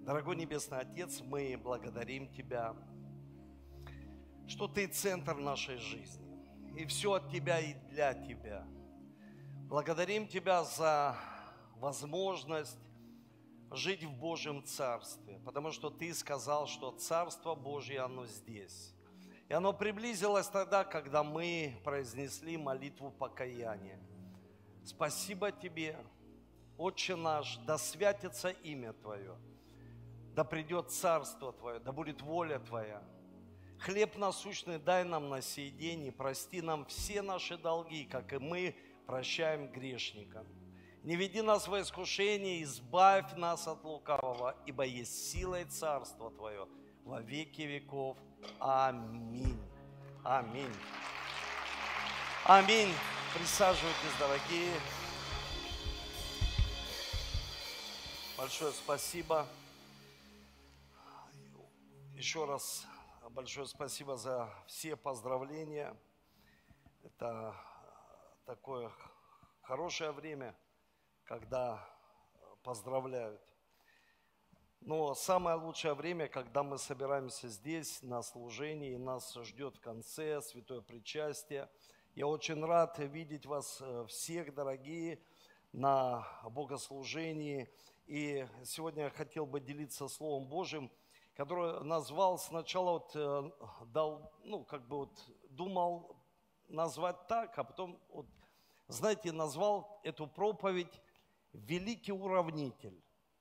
Дорогой Небесный Отец, мы благодарим Тебя, что Ты центр нашей жизни, и все от Тебя и для Тебя. Благодарим Тебя за возможность жить в Божьем Царстве, потому что Ты сказал, что Царство Божье, оно здесь. И оно приблизилось тогда, когда мы произнесли молитву покаяния. Спасибо Тебе, Отче наш, да святится имя Твое, да придет Царство Твое, да будет воля Твоя. Хлеб насущный дай нам на сей день и прости нам все наши долги, как и мы прощаем грешникам. Не веди нас во искушение, избавь нас от лукавого, ибо есть сила и Царство Твое во веки веков. Аминь. Аминь. Аминь. Присаживайтесь, дорогие. Большое спасибо. Еще раз большое спасибо за все поздравления. Это такое хорошее время, когда поздравляют. Но самое лучшее время, когда мы собираемся здесь на служении, и нас ждет в конце святое причастие. Я очень рад видеть вас всех, дорогие, на богослужении. И сегодня я хотел бы делиться Словом Божьим, которое назвал сначала, думал назвать так, а потом, знаете, назвал эту проповедь «Великий уравнитель».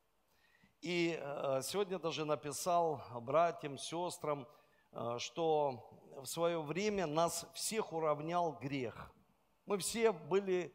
И сегодня даже написал братьям, сестрам, что в свое время нас всех уравнял грех. Мы все были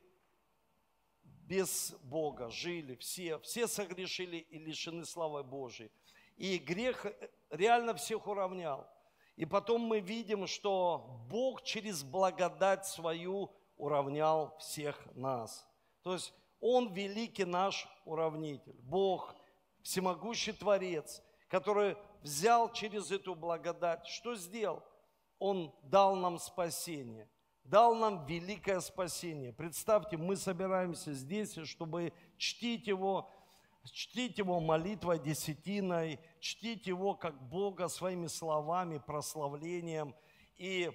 без Бога, жили, все согрешили и лишены славы Божией. И грех реально всех уравнял. И потом мы видим, что Бог через благодать свою уравнял всех нас. То есть Он великий наш уравнитель. Бог, всемогущий Творец, который взял через эту благодать. Что сделал? Он дал нам спасение. Дал нам великое спасение. Представьте, мы собираемся здесь, чтобы чтить Его молитвой, десятиной, чтить Его как Бога своими словами, прославлением. И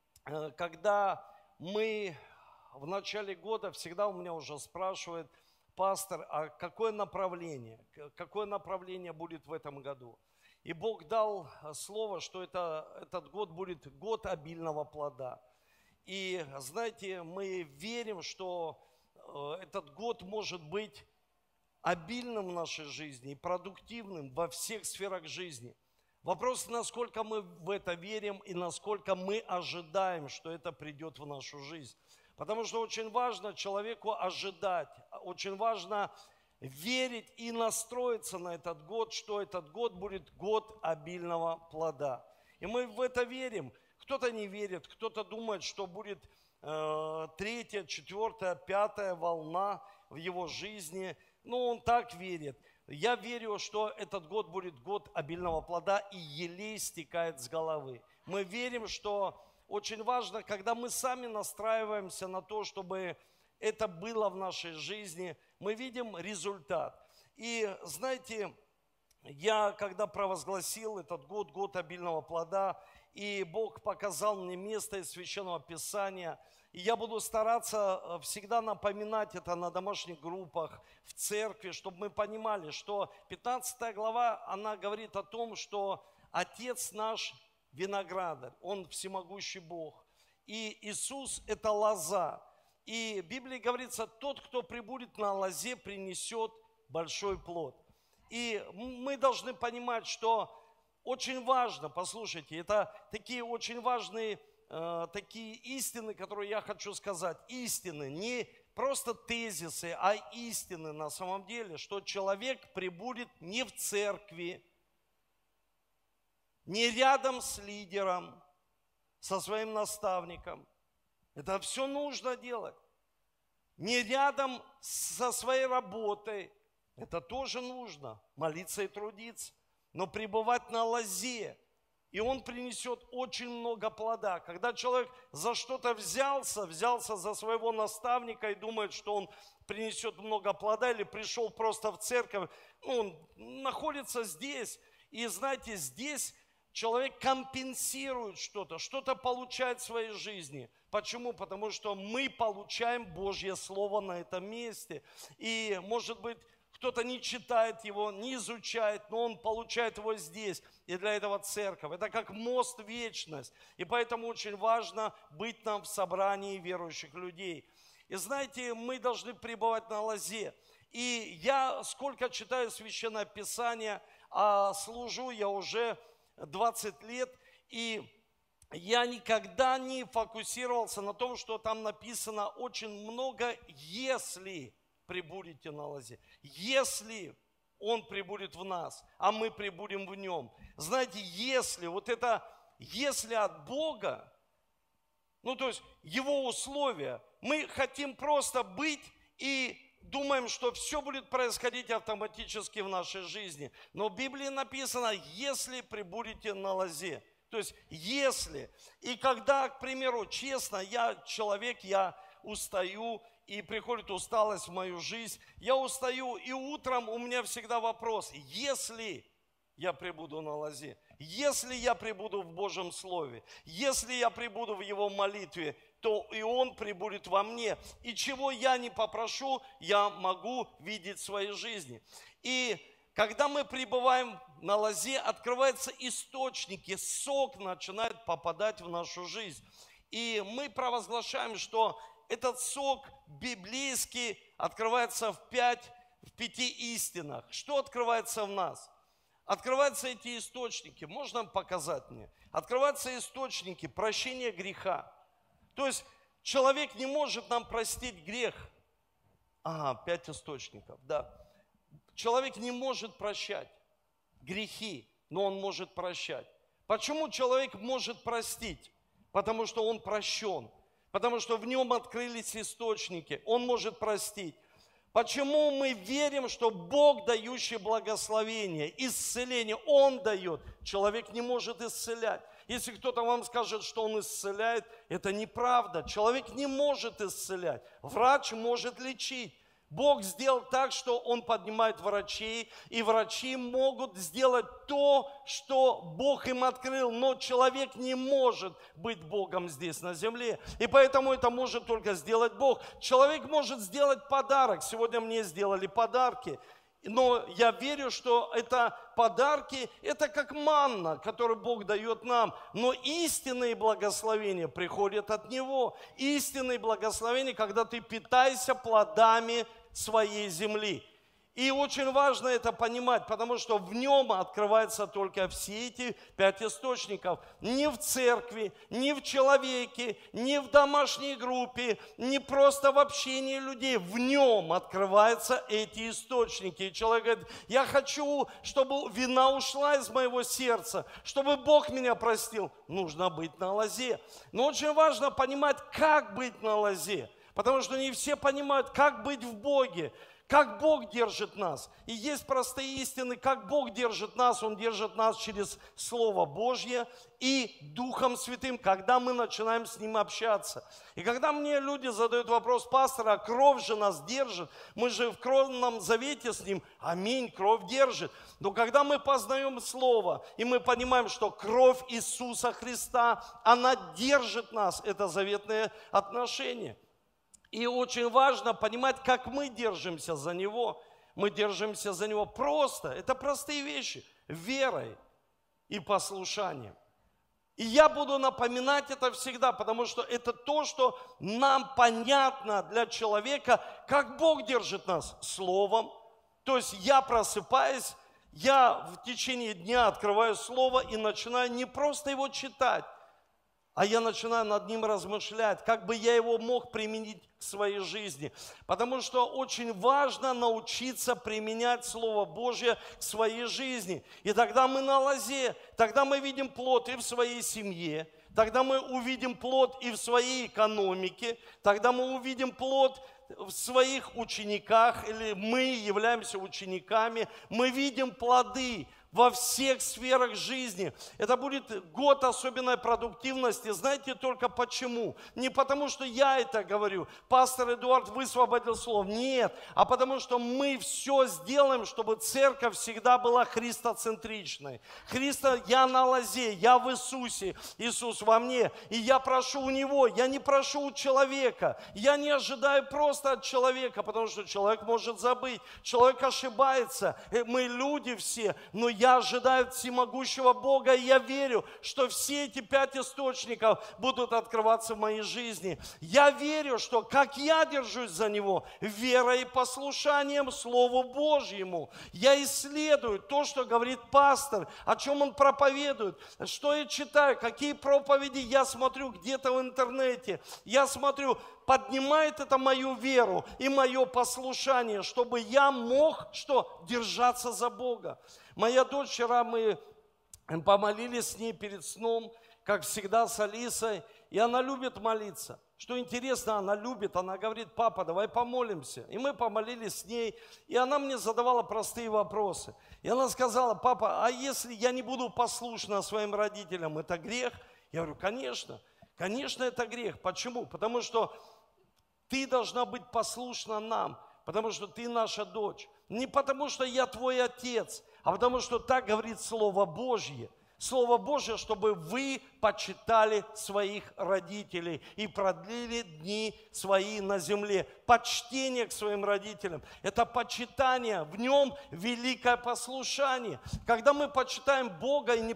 когда мы в начале года, всегда у меня уже спрашивают: пастор, а какое направление будет в этом году? И Бог дал слово, что этот год будет год обильного плода. И знаете, мы верим, что этот год может быть обильным в нашей жизни и продуктивным во всех сферах жизни. Вопрос, насколько мы в это верим и насколько мы ожидаем, что это придет в нашу жизнь. Потому что очень важно человеку ожидать, очень важно верить и настроиться на этот год, что этот год будет год обильного плода. И мы в это верим. Кто-то не верит, кто-то думает, что будет третья, четвертая, пятая волна в его жизни. Но он так верит. Я верю, что этот год будет год обильного плода, и елей стекает с головы. Мы верим, что очень важно, когда мы сами настраиваемся на то, чтобы это было в нашей жизни, мы видим результат. И знаете, я когда провозгласил этот год, год обильного плода, и Бог показал мне место из Священного Писания, и я буду стараться всегда напоминать это на домашних группах, в церкви, чтобы мы понимали, что 15 глава, она говорит о том, что Отец наш виноградарь, Он всемогущий Бог. И Иисус – это лоза. И в Библии говорится, тот, кто прибудет на лозе, принесет большой плод. И мы должны понимать, что очень важно, послушайте, это такие очень важные такие истины, которые я хочу сказать. Истины, не просто тезисы, а истины на самом деле, что человек прибудет не в церкви, не рядом с лидером, со своим наставником. Это все нужно делать. Не рядом со своей работой. Это тоже нужно. Молиться и трудиться. Но пребывать на лозе. И он принесет очень много плода. Когда человек за что-то взялся за своего наставника и думает, что он принесет много плода, или пришел просто в церковь, он находится здесь. И знаете, здесь человек компенсирует что-то, что-то получает в своей жизни. Почему? Потому что мы получаем Божье Слово на этом месте. И, может быть, кто-то не читает его, не изучает, но он получает его здесь. И для этого церковь. Это как мост в вечность. И поэтому очень важно быть нам в собрании верующих людей. И знаете, мы должны пребывать на лозе. И я сколько читаю Священное Писание, а служу я уже 20 лет, и я никогда не фокусировался на том, что там написано очень много «если пребудете на лозе». Если Он пребудет в нас, а мы пребудем в Нем. Знаете, если, вот это «если» от Бога, ну то есть Его условия, мы хотим просто быть и думаем, что все будет происходить автоматически в нашей жизни. Но в Библии написано «если пребудете на лозе». То есть «если». И когда, к примеру, честно, я человек, я устаю, и приходит усталость в мою жизнь, я устаю, и утром у меня всегда вопрос: если я пребуду на лозе, если я пребуду в Божьем Слове, если я пребуду в Его молитве, то и Он пребудет во мне. И чего я не попрошу, я могу видеть в своей жизни. И когда мы пребываем на лозе, открываются источники, сок начинает попадать в нашу жизнь. И мы провозглашаем, что этот сок библейский открывается в 5 истинах. Что открывается в нас? Открываются эти источники. Можно показать мне? Открываются источники прощения греха. То есть человек не может нам простить грех. 5 источников, да. Человек не может прощать грехи, но он может прощать. Почему человек может простить? Потому что он прощен. Потому что в нем открылись источники. Он может простить. Почему мы верим, что Бог, дающий благословение, исцеление, Он дает? Человек не может исцелять. Если кто-то вам скажет, что он исцеляет, это неправда. Человек не может исцелять. Врач может лечить. Бог сделал так, что Он поднимает врачей, и врачи могут сделать то, что Бог им открыл, но человек не может быть Богом здесь на земле, и поэтому это может только сделать Бог. Человек может сделать подарок. Сегодня мне сделали подарки, но я верю, что это подарки, это как манна, которую Бог дает нам. Но истинные благословения приходят от Него. Истинные благословения, когда ты питаешься плодами своей земли. И очень важно это понимать, потому что в нем открываются только все эти 5 источников. Не в церкви, не в человеке, не в домашней группе, не просто в общении людей. В нем открываются эти источники. И человек говорит: я хочу, чтобы вина ушла из моего сердца, чтобы Бог меня простил. Нужно быть на лозе. Но очень важно понимать, как быть на лозе. Потому что не все понимают, как быть в Боге, как Бог держит нас. И есть простые истины, как Бог держит нас. Он держит нас через Слово Божье и Духом Святым, когда мы начинаем с Ним общаться. И когда мне люди задают вопрос: пастор, а кровь же нас держит, мы же в кровном завете с Ним. Аминь, кровь держит. Но когда мы познаем Слово, и мы понимаем, что кровь Иисуса Христа, она держит нас, это заветные отношения. И очень важно понимать, как мы держимся за Него. Мы держимся за Него просто. Это простые вещи. Верой и послушанием. И я буду напоминать это всегда, потому что это то, что нам понятно для человека, как Бог держит нас Словом. То есть я просыпаюсь, я в течение дня открываю Слово и начинаю не просто его читать, а я начинаю над ним размышлять, как бы я его мог применить к своей жизни. Потому что очень важно научиться применять Слово Божье к своей жизни. И тогда мы на лозе, тогда мы видим плод и в своей семье, тогда мы увидим плод и в своей экономике, тогда мы увидим плод в своих учениках, или мы являемся учениками, мы видим плоды во всех сферах жизни. Это будет год особенной продуктивности. Знаете только почему? Не потому, что я это говорю, пастор Эдуард высвободил слово. Нет, а потому что мы все сделаем, чтобы церковь всегда была христоцентричной. Я на лозе, я в Иисусе, Иисус во мне, и я прошу у Него, я не прошу у человека, я не ожидаю просто от человека, потому что человек может забыть, человек ошибается, мы люди все, но я ожидаю от всемогущего Бога, и я верю, что все эти 5 источников будут открываться в моей жизни. Я верю, что как я держусь за Него, верой и послушанием Слову Божьему, я исследую то, что говорит пастор, о чем он проповедует, что я читаю, какие проповеди я смотрю где-то в интернете, я смотрю, поднимает это мою веру и мое послушание, чтобы я мог что? Держаться за Бога. Моя дочь, вчера мы помолились с ней перед сном, как всегда с Алисой, и она любит молиться. Что интересно, она любит, она говорит: папа, давай помолимся. И мы помолились с ней, и она мне задавала простые вопросы. И она сказала: папа, а если я не буду послушна своим родителям, это грех? Я говорю: конечно, конечно это грех. Почему? Потому что ты должна быть послушна нам, потому что ты наша дочь. Не потому что я твой отец, а потому что так говорит Слово Божье. Слово Божье, чтобы вы почитали своих родителей и продлили дни свои на земле. Почтение к своим родителям – это почитание, в нем великое послушание. Когда мы почитаем Бога и не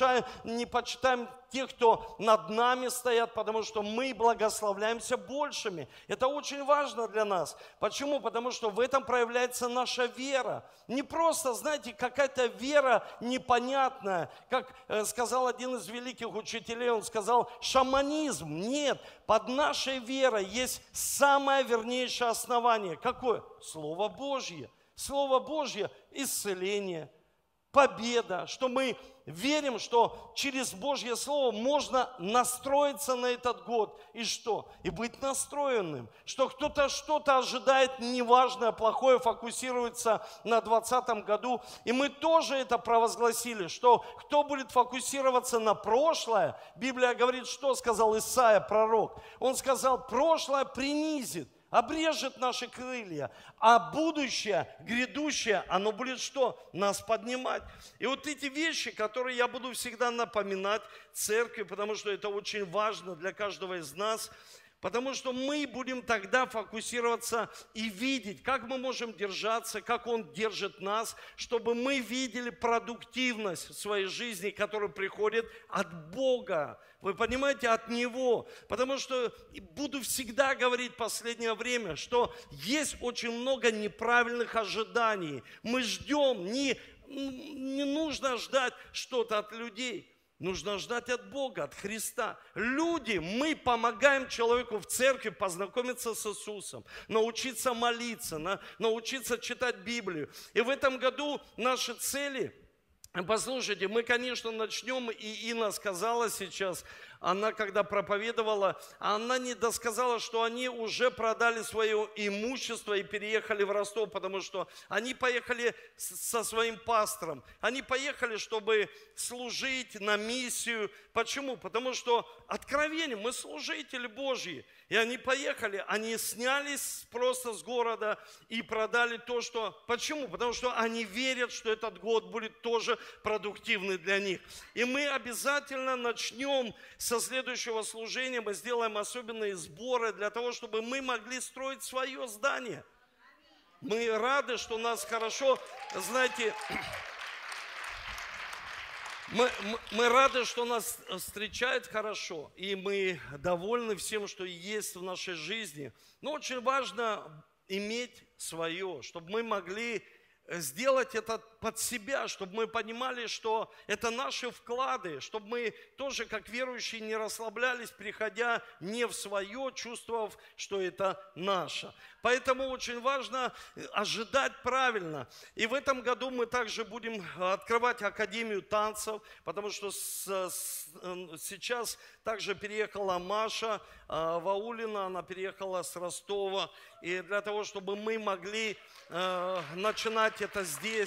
почитаем тех, кто над нами стоят, потому что мы благословляемся большими. Это очень важно для нас. Почему? Потому что в этом проявляется наша вера. Не просто, знаете, какая-то вера непонятная, как сказал один из великих учителей, он сказал: шаманизм. Нет, под нашей верой есть самое вернейшее основание. Какое? Слово Божье. Слово Божье – исцеление, победа, что мы верим, что через Божье Слово можно настроиться на этот год. И что? И быть настроенным. Что кто-то что-то ожидает неважное, плохое, фокусируется на 2020 году. И мы тоже это провозгласили, что кто будет фокусироваться на прошлое, Библия говорит, что сказал Исаия, пророк. Он сказал: прошлое принизит, обрежет наши крылья, а будущее, грядущее, оно будет что? Нас поднимать. И вот эти вещи, которые я буду всегда напоминать церкви, потому что это очень важно для каждого из нас, потому что мы будем тогда фокусироваться и видеть, как мы можем держаться, как Он держит нас, чтобы мы видели продуктивность в своей жизни, которая приходит от Бога. Вы понимаете, от Него. Потому что буду всегда говорить в последнее время, что есть очень много неправильных ожиданий. Мы ждем, не нужно ждать что-то от людей. Нужно ждать от Бога, от Христа. Люди, мы помогаем человеку в церкви познакомиться с Иисусом, научиться молиться, научиться читать Библию. И в этом году наши цели... Послушайте, мы, конечно, начнем, и Инна сказала сейчас, она когда проповедовала, она не досказала, что они уже продали свое имущество и переехали в Ростов, потому что они поехали со своим пастором. Они поехали, чтобы служить на миссию. Почему? Потому что откровение, мы служители Божьи. И они поехали, они снялись просто с города и продали то, что... Почему? Потому что они верят, что этот год будет тоже продуктивный для них. И мы обязательно начнем со следующего служения, мы сделаем особенные сборы для того, чтобы мы могли строить свое здание. Мы рады, что нас хорошо, знаете... Мы рады, что нас встречают хорошо, и мы довольны всем, что есть в нашей жизни. Но очень важно иметь свое, чтобы мы могли сделать это под себя, чтобы мы понимали, что это наши вклады, чтобы мы тоже, как верующие, не расслаблялись, приходя не в свое, чувствовав, что это наше. Поэтому очень важно ожидать правильно. И в этом году мы также будем открывать Академию танцев, потому что сейчас также переехала Маша Ваулина, она переехала с Ростова. И для того, чтобы мы могли начинать это здесь.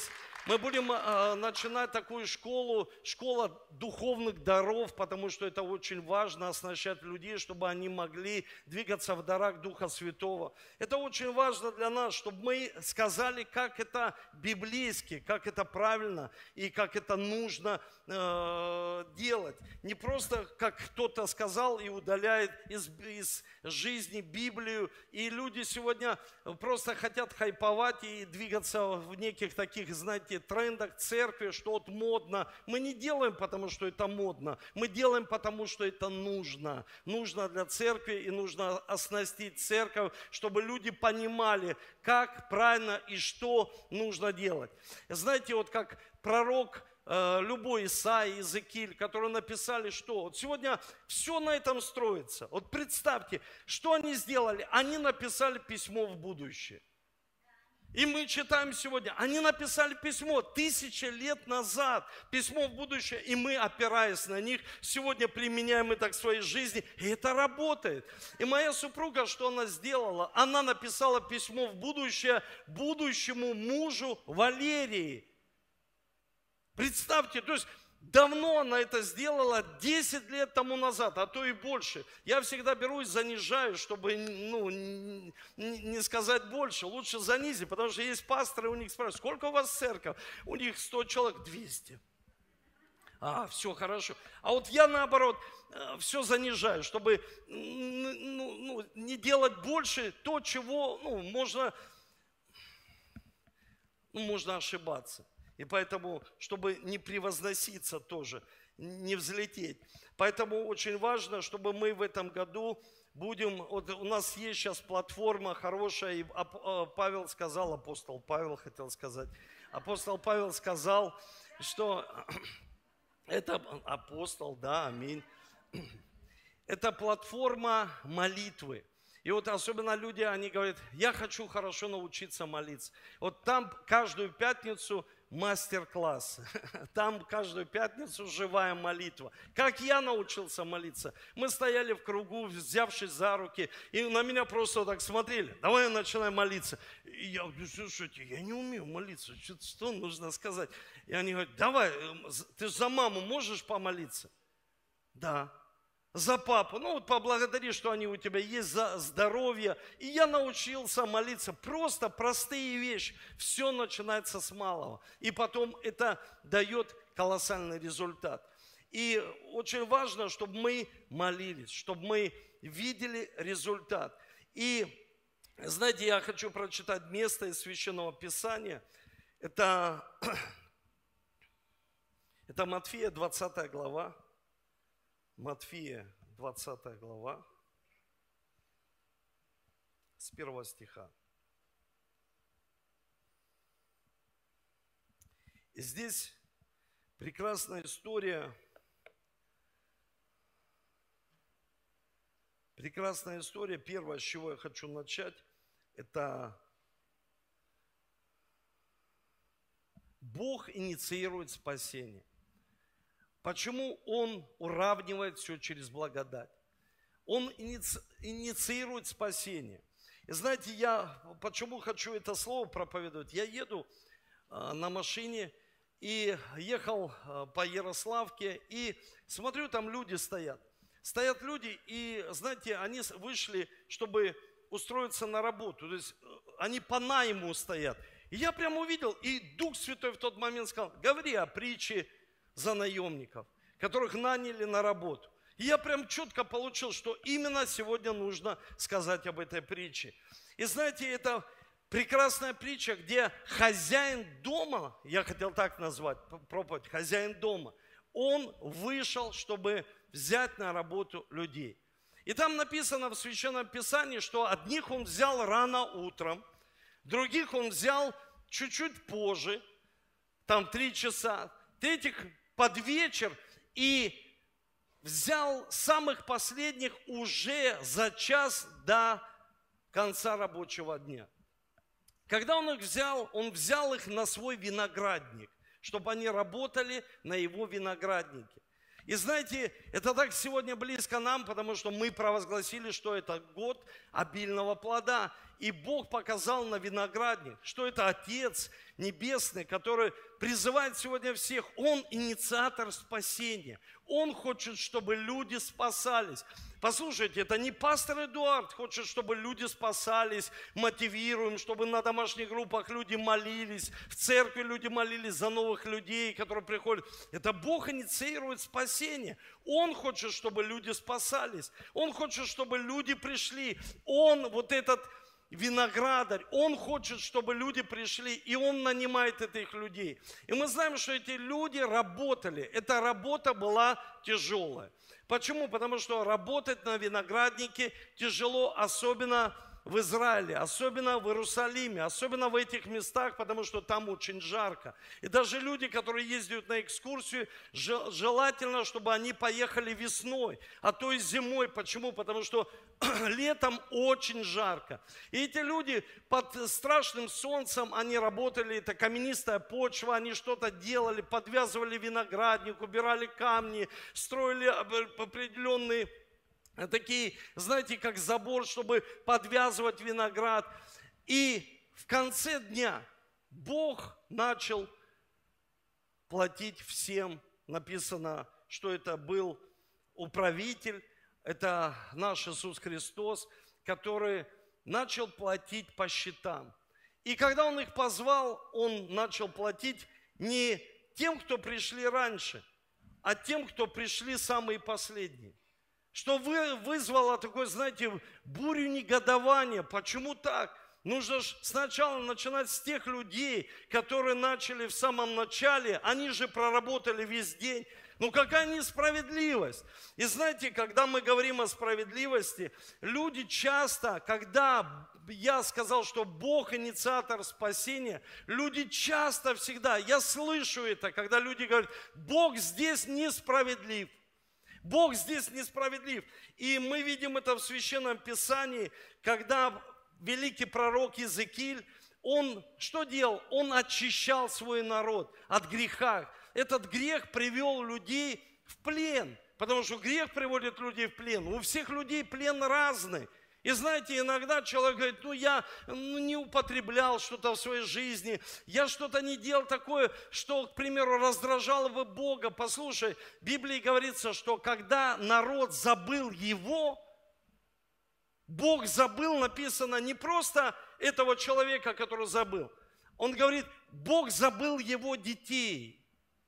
Мы будем начинать такую школу, школа духовных даров, потому что это очень важно, оснащать людей, чтобы они могли двигаться в дарах Духа Святого. Это очень важно для нас, чтобы мы сказали, как это библейски, как это правильно и как это нужно делать. Не просто, как кто-то сказал и удаляет из жизни Библию. И люди сегодня просто хотят хайповать и двигаться в неких таких, знаете, трендах церкви, что вот модно. Мы не делаем, потому что это модно. Мы делаем, потому что это нужно. Нужно для церкви и нужно оснастить церковь, чтобы люди понимали, как правильно и что нужно делать. Знаете, вот как пророк любой Исаия, Иезекииль, которые написали, что вот сегодня все на этом строится. Вот представьте, что они сделали? Они написали письмо в будущее. И мы читаем сегодня, они написали письмо 1000 лет назад, письмо в будущее, и мы, опираясь на них, сегодня применяем это к своей жизни, и это работает. И моя супруга, что она сделала? Она написала письмо в будущее будущему мужу Валерии. Представьте, то есть давно она это сделала, 10 лет тому назад, а то и больше. Я всегда берусь, занижаю, чтобы не сказать больше, лучше занизить, потому что есть пасторы, у них спрашивают, сколько у вас церковь? У них 100 человек, 200. Все хорошо. А вот я наоборот все занижаю, чтобы не делать больше то, чего можно ошибаться. И поэтому, чтобы не превозноситься тоже, не взлететь. Поэтому очень важно, чтобы мы в этом году будем... Вот у нас есть сейчас платформа хорошая, и Павел сказал, апостол Павел хотел сказать, апостол Павел сказал, что это апостол, да, аминь. Это платформа молитвы. И вот особенно люди, они говорят, я хочу хорошо научиться молиться. Вот там каждую пятницу мастер-класс. Там каждую пятницу живая молитва. Как я научился молиться? Мы стояли в кругу, взявшись за руки, и на меня просто так смотрели. Давай я начинаю молиться. И я говорю, слушайте, я не умею молиться. Что нужно сказать? И они говорят, давай, ты за маму можешь помолиться? Да. За папу. Вот поблагодари, что они у тебя есть, за здоровье. И я научился молиться. Просто простые вещи. Все начинается с малого. И потом это дает колоссальный результат. И очень важно, чтобы мы молились, чтобы мы видели результат. И, знаете, я хочу прочитать место из Священного Писания. Это Матфея, 20 глава. Матфея, 20 глава, с 1 стиха. И здесь прекрасная история, первое, с чего я хочу начать, это Бог инициирует спасение. Почему Он уравнивает все через благодать? Он инициирует спасение. И знаете, я почему хочу это слово проповедовать? Я еду на машине и ехал по Ярославке, и смотрю, там люди стоят. Стоят люди, и, знаете, они вышли, чтобы устроиться на работу. То есть они по найму стоят. И я прямо увидел, и Дух Святой в тот момент сказал, говори о притче за наемников, которых наняли на работу. И я прям четко получил, что именно сегодня нужно сказать об этой притче. И знаете, это прекрасная притча, где хозяин дома, я хотел так назвать проповедь, хозяин дома, он вышел, чтобы взять на работу людей. И там написано в Священном Писании, что одних он взял рано утром, других он взял чуть-чуть позже, там 3 часа, третьих под вечер, и взял самых последних уже за час до конца рабочего дня. Когда он взял их на свой виноградник, чтобы они работали на его винограднике. И знаете, это так сегодня близко нам, потому что мы провозгласили, что это год обильного плода. и Бог показал на виноградник, что это Отец Небесный, который призывает сегодня всех. Он инициатор спасения. Он хочет, чтобы люди спасались. Послушайте, это не пастор Эдуард хочет, чтобы люди спасались, мотивируем, чтобы на домашних группах люди молились, в церкви люди молились за новых людей, которые приходят. Это Бог инициирует спасение. Он хочет, чтобы люди спасались. Он хочет, чтобы люди пришли. Он, вот этот виноградарь, он хочет, чтобы люди пришли, и он нанимает этих людей. И мы знаем, что эти люди работали. Эта работа была тяжелая. Почему? Потому что работать на винограднике тяжело, особенно в Израиле, особенно в Иерусалиме, особенно в этих местах, потому что там очень жарко. И даже люди, которые ездят на экскурсию, желательно, чтобы они поехали весной, а то и зимой. Почему? Потому что летом очень жарко. И эти люди под страшным солнцем, они работали, это каменистая почва, они что-то делали, подвязывали виноградник, убирали камни, строили определенные такие, знаете, как забор, чтобы подвязывать виноград. И в конце дня Бог начал платить всем. Написано, что это был управитель, это наш Иисус Христос, который начал платить по счетам. И когда Он их позвал, Он начал платить не тем, кто пришли раньше, а тем, кто пришли самые последние. Что вызвало такое, знаете, бурю негодования. Почему так? Нужно же сначала начинать с тех людей, которые начали в самом начале. Они же проработали весь день. Ну какая несправедливость? И знаете, когда мы говорим о справедливости, люди часто, когда я сказал, что Бог инициатор спасения, люди часто всегда, я слышу это, когда люди говорят, Бог здесь несправедлив. Бог здесь несправедлив. И мы видим это в Священном Писании, когда великий пророк Иезекииль, он что делал? Он очищал свой народ от греха. Этот грех привел людей в плен, потому что грех приводит людей в плен. У всех людей плен разный. И знаете, иногда человек говорит, я не употреблял что-то в своей жизни, я что-то не делал такое, что, к примеру, раздражало бы Бога. Послушай, в Библии говорится, что когда народ забыл его, Бог забыл, написано, не просто этого человека, который забыл. Он говорит, Бог забыл его детей.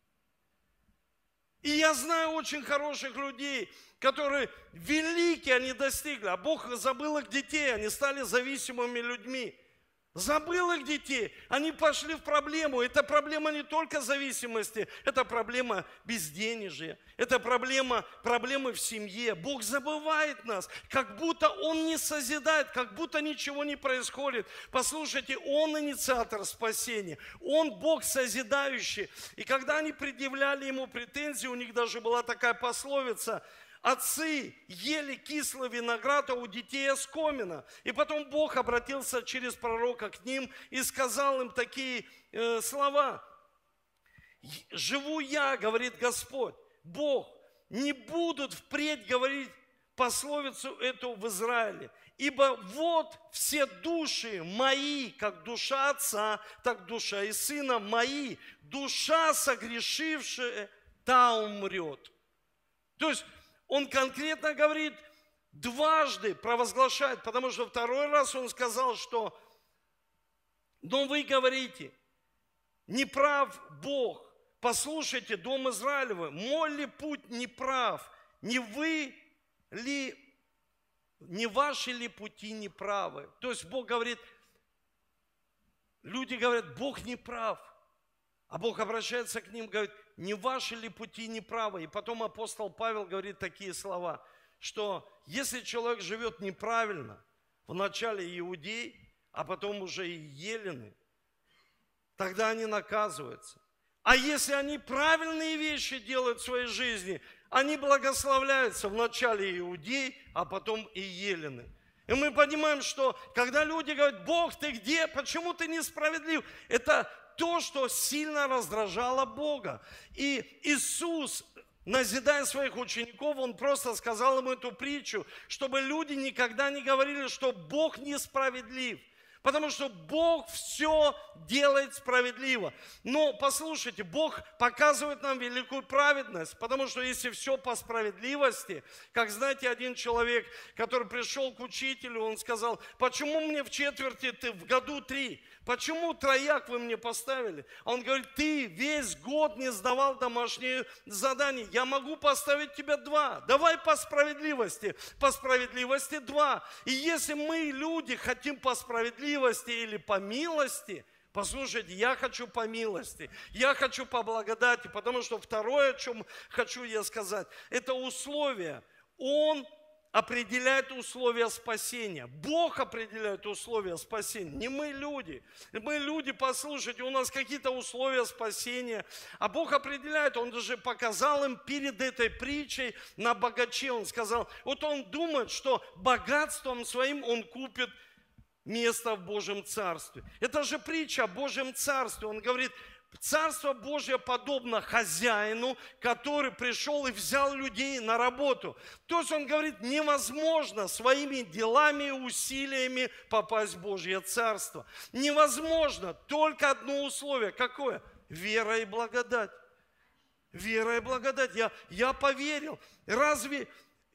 И я знаю очень хороших людей, которые великие, они достигли, а Бог забыл их детей, они стали зависимыми людьми. Забыл их детей, они пошли в проблему. Это проблема не только зависимости, это проблема безденежья, это проблемы в семье. Бог забывает нас, как будто Он не созидает, как будто ничего не происходит. Послушайте, Он инициатор спасения, Он Бог созидающий. И когда они предъявляли Ему претензии, у них даже была такая пословица: отцы ели кислый виноград, а у детей оскомина. И потом Бог обратился через пророка к ним и сказал им такие слова. «Живу я, говорит Господь, Бог, не будут впредь говорить пословицу эту в Израиле. Ибо вот все души мои, как душа отца, так душа и сына мои. Душа согрешившая, та умрет». То есть Он конкретно говорит, дважды провозглашает, потому что второй раз Он сказал, что но вы говорите, не прав Бог. Послушайте, дом Израилевы, мой ли путь не прав? Не вы ли, не ваши ли пути не правы? То есть Бог говорит, люди говорят, Бог не прав. А Бог обращается к ним, говорит, не ваши ли пути неправы? И потом апостол Павел говорит такие слова, что если человек живет неправильно, вначале иудей, а потом уже и елены, тогда они наказываются. А если они правильные вещи делают в своей жизни, они благословляются вначале иудей, а потом и елены. И мы понимаем, что когда люди говорят, Бог, ты где? Почему ты несправедлив? Это то, что сильно раздражало Бога. И Иисус назидая своих учеников, Он просто сказал им эту притчу, чтобы люди никогда не говорили, что Бог несправедлив. Потому что Бог все делает справедливо. Но послушайте, Бог показывает нам великую праведность, потому что если все по справедливости, как знаете, один человек, который пришел к учителю, он сказал: почему мне в четверти в году 3? Почему трояк вы мне поставили? Он говорит: ты весь год не сдавал домашние задания. Я могу поставить тебе 2. Давай по справедливости. По справедливости 2. И если мы, люди, хотим по справедливости или по милости, послушайте, я хочу по милости, я хочу по благодати, потому что второе, о чем хочу я сказать, это условия. Он определяет условия спасения. Бог определяет условия спасения, не мы, люди. Мы, люди, послушайте, у нас какие-то условия спасения, а Бог определяет. Он даже показал им перед этой притчей на богаче. Он сказал, вот он думает, что богатством своим он купит место в Божьем Царстве. Это же притча о Божьем Царстве. Он говорит, Царство Божье подобно хозяину, который пришел и взял людей на работу. То есть он говорит, невозможно своими делами и усилиями попасть в Божье Царство. Невозможно. Только одно условие. Какое? Вера и благодать. Вера и благодать. Я поверил. Разве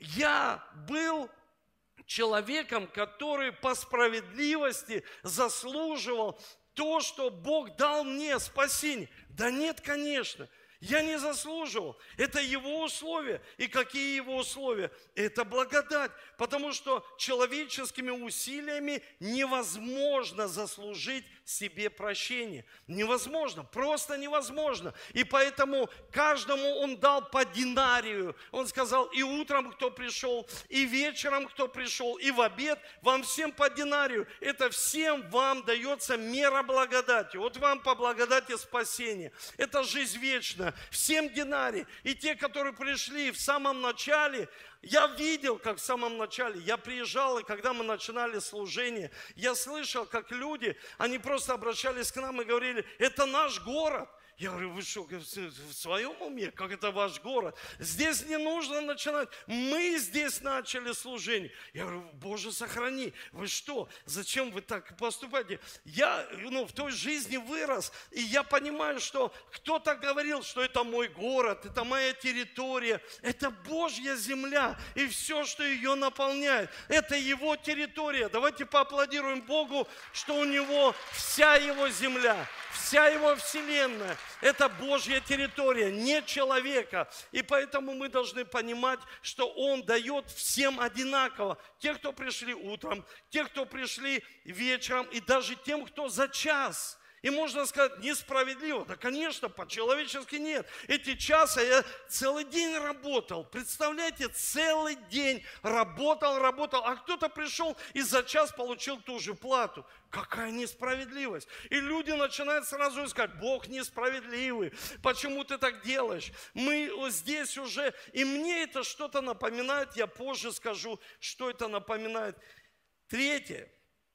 я был человеком, который по справедливости заслуживал то, что Бог дал мне спасение? Да нет, конечно. Я не заслуживал. Это Его условия. И какие Его условия? Это благодать. Потому что человеческими усилиями невозможно заслужить себе прощение. Невозможно. Просто невозможно. И поэтому каждому Он дал по динарию. Он сказал, и утром кто пришел, и вечером кто пришел, и в обед, вам всем по динарию. Это всем вам дается мера благодати. Вот вам по благодати спасения. Это жизнь вечная. Всем динарий. И те, которые пришли в самом начале, я видел, как в самом начале, я приезжал, и когда мы начинали служение, я слышал, как люди, они просто обращались к нам и говорили, это наш город. Я говорю, вы что, в своем уме? Как это ваш город? Здесь не нужно начинать. Мы здесь начали служение. Я говорю, Боже, сохрани. Вы что? Зачем вы так поступаете? Я в той жизни вырос, и я понимаю, что кто-то говорил, что это мой город, это моя территория, это Божья земля, и все, что ее наполняет, это Его территория. Давайте поаплодируем Богу, что у Него вся Его земля, вся Его вселенная. Это Божья территория, не человека. И поэтому мы должны понимать, что Он дает всем одинаково. Те, кто пришли утром, те, кто пришли вечером, и даже тем, кто за час. И можно сказать, несправедливо. Да, конечно, по-человечески нет. Эти часы я целый день работал. Представляете, целый день работал. А кто-то пришел и за час получил ту же плату. Какая несправедливость. И люди начинают сразу искать, Бог несправедливый. Почему ты так делаешь? Мы здесь уже, и мне это что-то напоминает, я позже скажу, что это напоминает. Третье,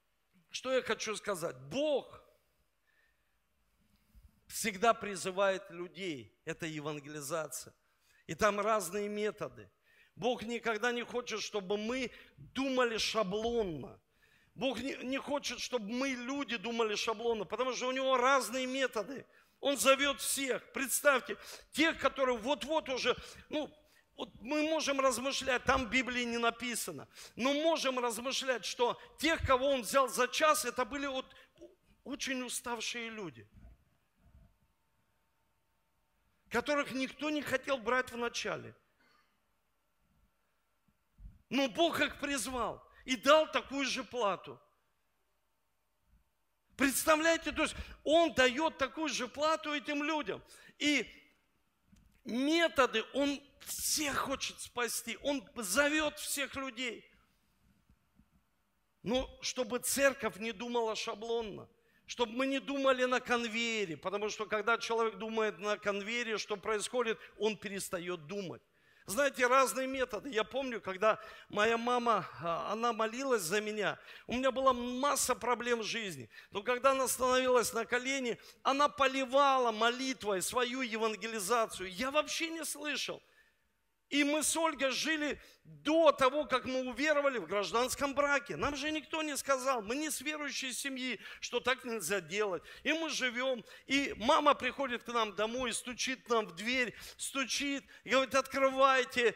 что я хочу сказать. Бог всегда призывает людей. Это евангелизация. И там разные методы. Бог никогда не хочет, чтобы мы думали шаблонно. Бог не хочет, чтобы мы, люди, думали шаблонно, потому что у Него разные методы. Он зовет всех. Представьте, тех, которые вот-вот уже, вот мы можем размышлять, там в Библии не написано, но можем размышлять, что тех, кого Он взял за час, это были вот очень уставшие люди, которых никто не хотел брать в начале. Но Бог их призвал и дал такую же плату. Представляете, то есть Он дает такую же плату этим людям. И методы, Он всех хочет спасти. Он зовет всех людей. Но чтобы церковь не думала шаблонно. Чтобы мы не думали на конвейере. Потому что когда человек думает на конвейере, что происходит, он перестает думать. Знаете, разные методы. Я помню, когда моя мама, она молилась за меня, у меня была масса проблем в жизни. Но когда она становилась на колени, она поливала молитвой свою евангелизацию. Я вообще не слышал. И мы с Ольгой жили до того, как мы уверовали в гражданском браке. Нам же никто не сказал, мы не с верующей семьи, что так нельзя делать. И мы живем, и мама приходит к нам домой, стучит нам в дверь, стучит, и говорит, открывайте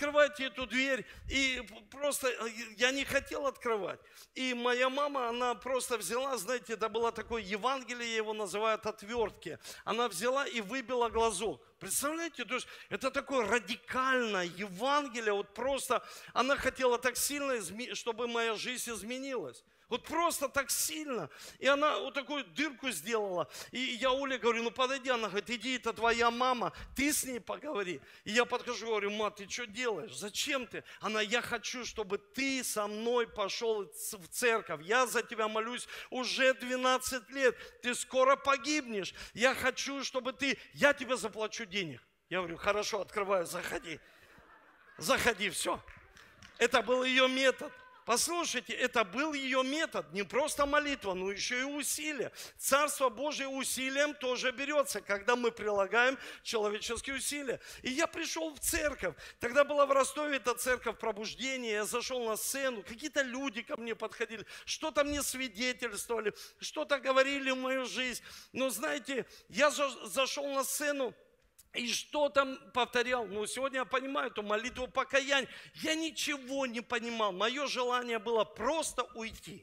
эту дверь. И просто я не хотел открывать. И моя мама, она просто взяла, знаете, это было такое Евангелие, его называют отвертки. Она взяла и выбила глазок. Представляете, то есть это такое радикальное Евангелие, вот просто она хотела так сильно, чтобы моя жизнь изменилась. Вот просто так сильно. И она вот такую дырку сделала. И я Оле говорю, ну подойди. Она говорит, иди, это твоя мама, ты с ней поговори. И я подхожу, говорю, ма, ты что делаешь? Зачем ты? Она, я хочу, чтобы ты со мной пошел в церковь. Я за тебя молюсь уже 12 лет. Ты скоро погибнешь. Я хочу, чтобы я тебе заплачу денег. Я говорю, хорошо, открываю, заходи. Заходи, все. Это был ее метод. Послушайте, это был ее метод, не просто молитва, но еще и усилия. Царство Божие усилием тоже берется, когда мы прилагаем человеческие усилия. И я пришел в церковь, тогда была в Ростове эта церковь пробуждения, я зашел на сцену, какие-то люди ко мне подходили, что-то мне свидетельствовали, что-то говорили в мою жизнь. Но знаете, я зашел на сцену, и что там повторял? Ну, сегодня я понимаю эту молитву покаяния. Я ничего не понимал. Мое желание было просто уйти.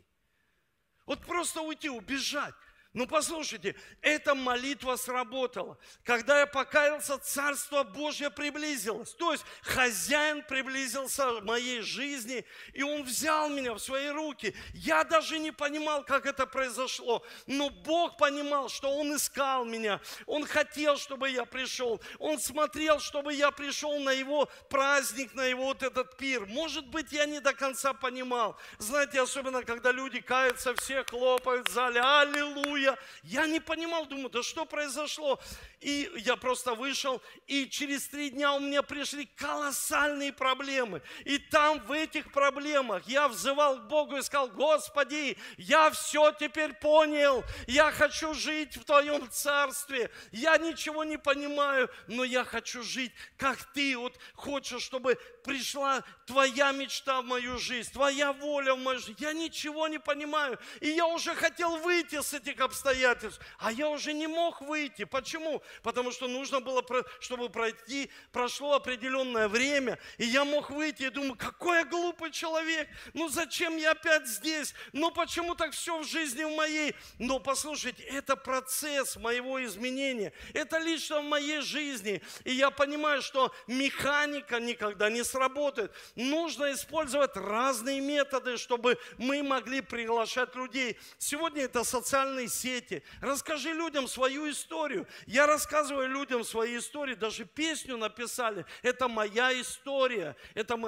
Вот просто уйти, убежать. Ну, послушайте, эта молитва сработала. Когда я покаялся, Царство Божье приблизилось. То есть хозяин приблизился в моей жизни, и он взял меня в свои руки. Я даже не понимал, как это произошло, но Бог понимал, что Он искал меня. Он хотел, чтобы я пришел. Он смотрел, чтобы я пришел на Его праздник, на Его вот этот пир. Может быть, я не до конца понимал. Знаете, особенно, когда люди каются, все хлопают в зале. Аллилуйя! Я не понимал, думаю, да что произошло? И я просто вышел, и через 3 дня у меня пришли колоссальные проблемы. И там, в этих проблемах, я взывал к Богу и сказал, Господи, я все теперь понял. Я хочу жить в Твоем Царстве. Я ничего не понимаю, но я хочу жить, как Ты вот хочешь, чтобы пришла Твоя мечта в мою жизнь, Твоя воля в мою жизнь. Я ничего не понимаю. И я уже хотел выйти с этих обстоятельств, а я уже не мог выйти. Почему? Потому что нужно было, чтобы прошло определенное время, и я мог выйти и думаю, какой я глупый человек, ну зачем я опять здесь, ну почему так все в жизни в моей? Но послушайте, это процесс моего изменения, это лично в моей жизни, и я понимаю, что механика никогда не сработает. Нужно использовать разные методы, чтобы мы могли приглашать людей. Сегодня это социальные сети. Расскажи людям свою историю. Я рассказываю людям свои истории, даже песню написали. Это моя история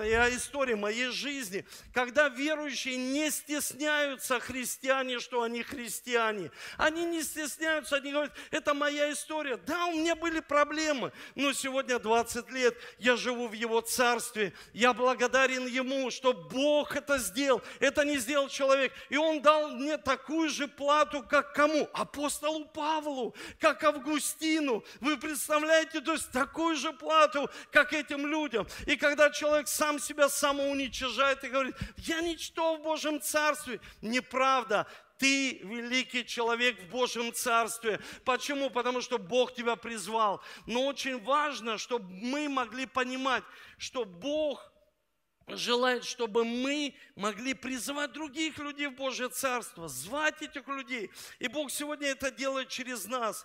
моей жизни. Когда верующие не стесняются, христиане, что они христиане. Они не стесняются, они говорят, это моя история. Да, у меня были проблемы, но сегодня 20 лет я живу в Его Царстве. Я благодарен Ему, что Бог это сделал. Это не сделал человек. И Он дал мне такую же плату, как кому? Апостолу Павлу, как Августину. Вы представляете, то есть такую же плату, как этим людям. И когда человек сам себя самоуничижает и говорит, я ничто в Божьем Царстве. Неправда. Ты великий человек в Божьем Царстве. Почему? Потому что Бог тебя призвал. Но очень важно, чтобы мы могли понимать, что Бог желает, чтобы мы могли призывать других людей в Божье Царство, звать этих людей. И Бог сегодня это делает через нас.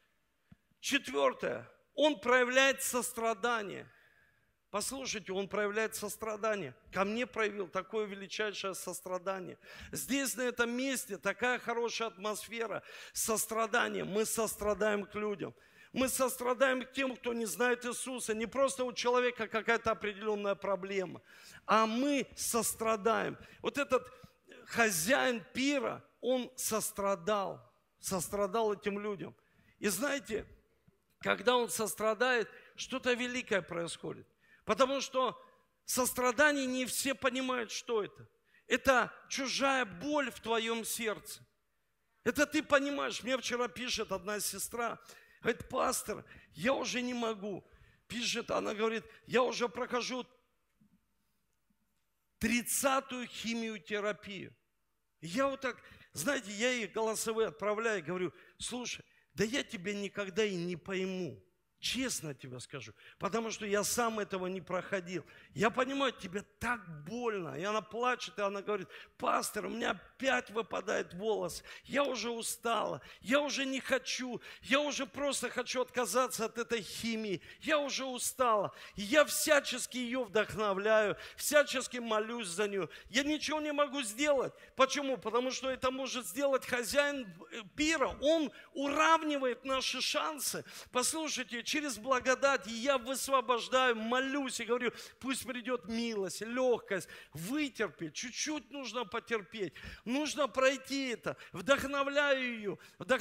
4. Он проявляет сострадание. Послушайте, Он проявляет сострадание. Ко мне проявил такое величайшее сострадание. Здесь, на этом месте, такая хорошая атмосфера сострадания. Мы сострадаем к людям. Мы сострадаем к тем, кто не знает Иисуса. Не просто у человека какая-то определенная проблема, а мы сострадаем. Вот этот хозяин пира, он сострадал этим людям. И знаете, когда он сострадает, что-то великое происходит. Потому что сострадание не все понимают, что это. Это чужая боль в твоем сердце. Это ты понимаешь. Мне вчера пишет одна сестра, говорит, пастор, я уже не могу. пишет, она говорит, я уже прохожу 30-ю химиотерапию. Я вот так, знаете, я ей голосовые отправляю, говорю, слушай, да я тебя никогда и не пойму. Честно тебе скажу, потому что я сам этого не проходил. Я понимаю, тебе так больно. И она плачет, и она говорит, пастор, у меня опять выпадает волос. Я уже устала, я уже не хочу. Я уже просто хочу отказаться от этой химии. Я уже устала. И я всячески ее вдохновляю, всячески молюсь за нее. Я ничего не могу сделать. Почему? Потому что это может сделать хозяин пира. Он уравнивает наши шансы. Послушайте, через благодать я высвобождаю, молюсь и говорю, пусть придет милость, легкость, вытерпеть, чуть-чуть нужно потерпеть, нужно пройти это. Вдохновляю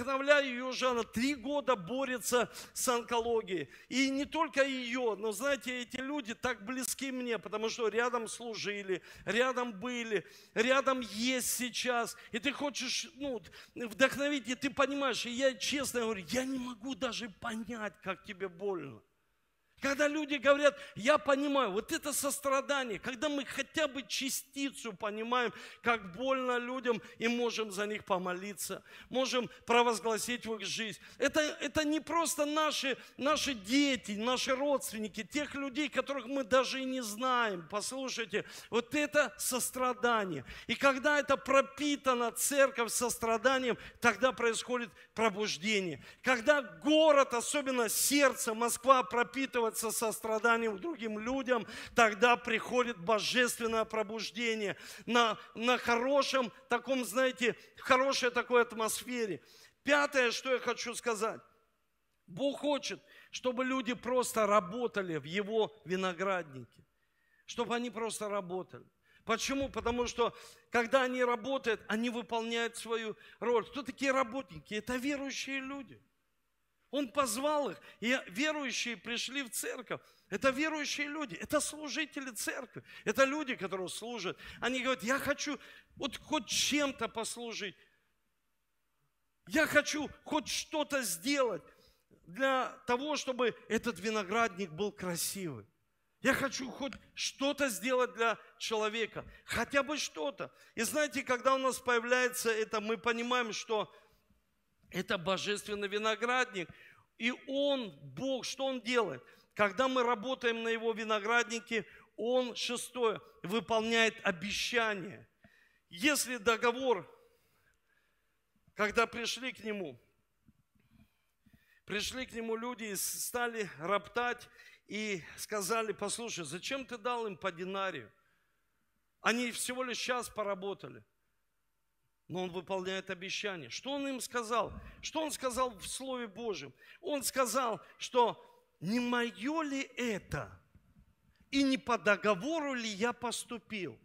ее уже, она 3 года борется с онкологией. И не только ее, но знаете, эти люди так близки мне, потому что рядом служили, рядом были, рядом есть сейчас. И ты хочешь вдохновить, и ты понимаешь, и я честно говорю, я не могу даже понять, как тебе больно. Когда люди говорят, я понимаю, вот это сострадание, когда мы хотя бы частицу понимаем, как больно людям, и можем за них помолиться, можем провозгласить в их жизнь. Это не просто наши дети, наши родственники, тех людей, которых мы даже и не знаем. Послушайте, вот это сострадание. И когда это пропитано церковь состраданием, тогда происходит пробуждение. Когда город, особенно сердце, Москва пропитывается состраданием к другим людям, тогда приходит божественное пробуждение на хорошем таком, знаете, хорошей такой атмосфере. 5, что я хочу сказать. Бог хочет, чтобы люди просто работали в Его винограднике. Чтобы они просто работали. Почему? Потому что, когда они работают, они выполняют свою роль. Кто такие работники? Это верующие люди. Он позвал их, и верующие пришли в церковь. Это верующие люди, это служители церкви. Это люди, которые служат. Они говорят, я хочу вот хоть чем-то послужить. Я хочу хоть что-то сделать для того, чтобы этот виноградник был красивый. Я хочу хоть что-то сделать для человека, хотя бы что-то. И знаете, когда у нас появляется это, мы понимаем, что это божественный виноградник. И Он, Бог, что Он делает? Когда мы работаем на Его винограднике, Он, 6, выполняет обещание. Если договор, когда пришли к Нему люди и стали роптать и сказали, послушай, зачем ты дал им по динарию? Они всего лишь час поработали. Но Он выполняет обещание. Что Он им сказал? Что Он сказал в Слове Божьем? Он сказал, что не мое ли это? И не по договору ли я поступил?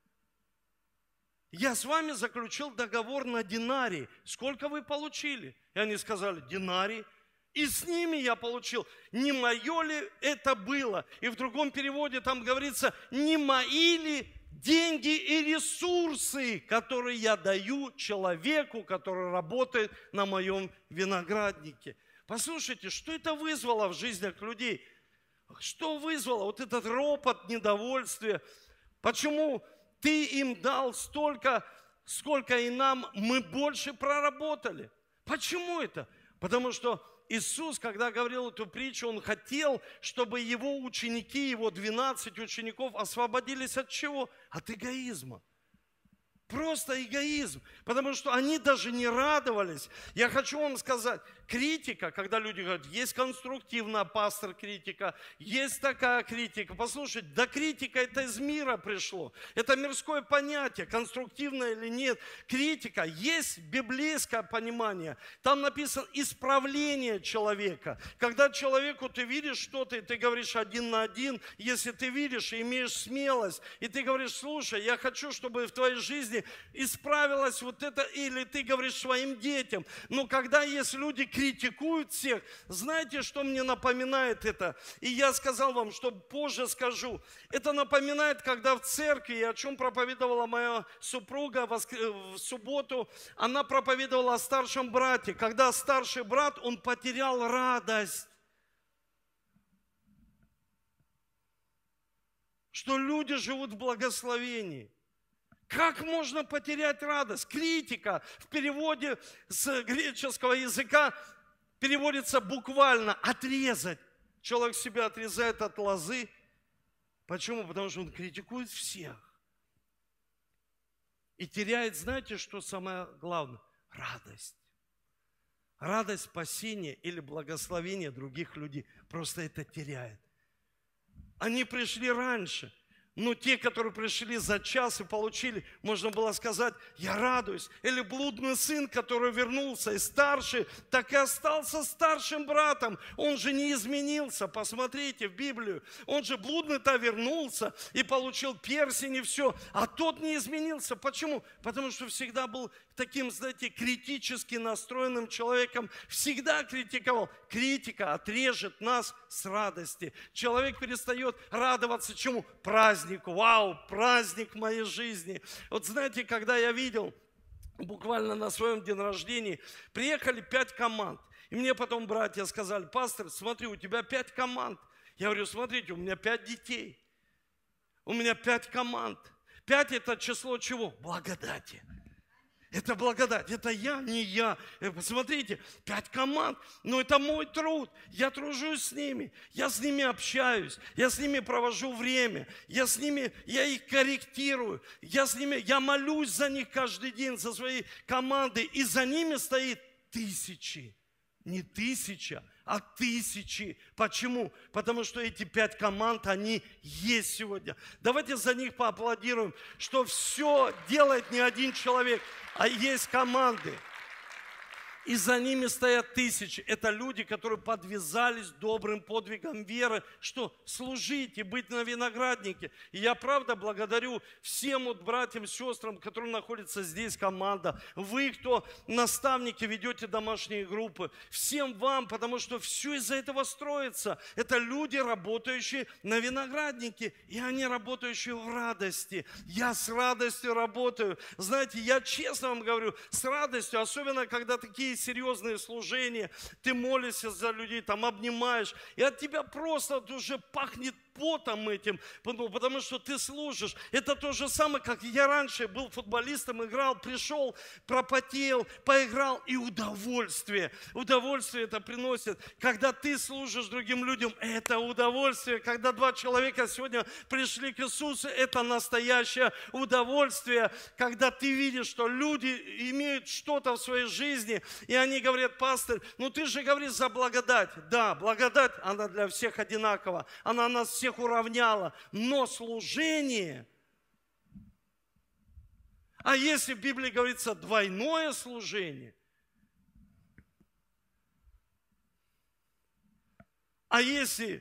Я с вами заключил договор на динарий. Сколько вы получили? И они сказали, динарий. И с ними я получил. Не мое ли это было? И в другом переводе там говорится, не мои ли деньги и ресурсы, которые я даю человеку, который работает на моем винограднике. Послушайте, что это вызвало в жизнях людей? Что вызвало вот этот ропот, недовольствие? Почему ты им дал столько, сколько и нам, мы больше проработали? Почему это? Потому что Иисус, когда говорил эту притчу, Он хотел, чтобы Его ученики, Его 12 учеников освободились от чего? От эгоизма. Просто эгоизм, потому что они даже не радовались. Я хочу вам сказать, критика, когда люди говорят, есть конструктивная, пастор, критика, есть такая критика. Послушайте, да критика это из мира пришло. Это мирское понятие, конструктивное или нет. Критика, есть библейское понимание. Там написано исправление человека. Когда человеку ты видишь что-то, и ты говоришь 1 на 1, если ты видишь и имеешь смелость, и ты говоришь, слушай, я хочу, чтобы в твоей жизни исправилось вот это, или ты говоришь своим детям. Но когда есть люди, критикуют всех, знаете, что мне напоминает это? И я сказал вам, что позже скажу. Это напоминает, когда в церкви, и о чем проповедовала моя супруга в субботу, она проповедовала о старшем брате. Когда старший брат, он потерял радость. что люди живут в благословении. Как можно потерять радость? Критика в переводе с греческого языка переводится буквально «отрезать». Человек себя отрезает от лозы. Почему? Потому что он критикует всех. И теряет, знаете, что самое главное? Радость. Радость спасения или благословения других людей. Просто это теряет. Они пришли раньше. Но те, которые пришли за час и получили, можно было сказать, я радуюсь. Или блудный сын, который вернулся, и старший, так и остался старшим братом. Он же не изменился. Посмотрите в Библию. Он же блудный-то вернулся и получил перстень и все. А тот не изменился. Почему? Потому что всегда был таким, знаете, критически настроенным человеком. Всегда критиковал. Критика отрежет нас с радости. Человек перестает радоваться чему? Празднику. Вау, праздник в моей жизни. Вот знаете, когда я видел, буквально на своем день рождения, приехали 5 команд. И мне потом братья сказали, пастор, смотри, у тебя 5 команд. Я говорю, смотрите, у меня 5 детей. У меня 5 команд. 5 это число чего? Благодати. Это благодать, это я, не я. Посмотрите, 5 команд, но это мой труд. Я тружусь с ними, я с ними общаюсь, я с ними провожу время, я их корректирую, я молюсь за них каждый день, за свои команды, и за ними стоит тысячи. Не 1000, а тысячи. Почему? Потому что эти 5 команд, они есть сегодня. Давайте за них поаплодируем, что все делает не один человек, а есть команды. И за ними стоят тысячи. Это люди, которые подвязались добрым подвигом веры, что служить и быть на винограднике. И я правда благодарю всем вот братьям, сестрам, которые находятся здесь, команда. Вы, кто наставники, ведете домашние группы. Всем вам, потому что все из-за этого строится. Это люди, работающие на винограднике. И они работающие в радости. Я с радостью работаю. Знаете, я честно вам говорю, с радостью, особенно когда такие серьезные служения, ты молишься за людей, там обнимаешь, и от тебя просто уже пахнет потом этим, потому что ты служишь. Это то же самое, как я раньше был футболистом, играл, пришел, пропотел, поиграл, и удовольствие. Удовольствие это приносит. Когда ты служишь другим людям, это удовольствие. Когда 2 человека сегодня пришли к Иисусу, это настоящее удовольствие. Когда ты видишь, что люди имеют что-то в своей жизни, и они говорят, пастор, ну ты же говоришь за благодать. Да, благодать, она для всех одинакова. Она нас всех уравняла. Но служение, а если в Библии говорится двойное служение, а если,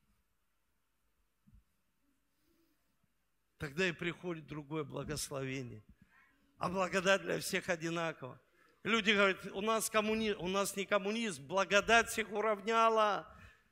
тогда и приходит другое благословение. А благодать для всех одинакова. Люди говорят, у нас не коммунизм, благодать всех уравняла.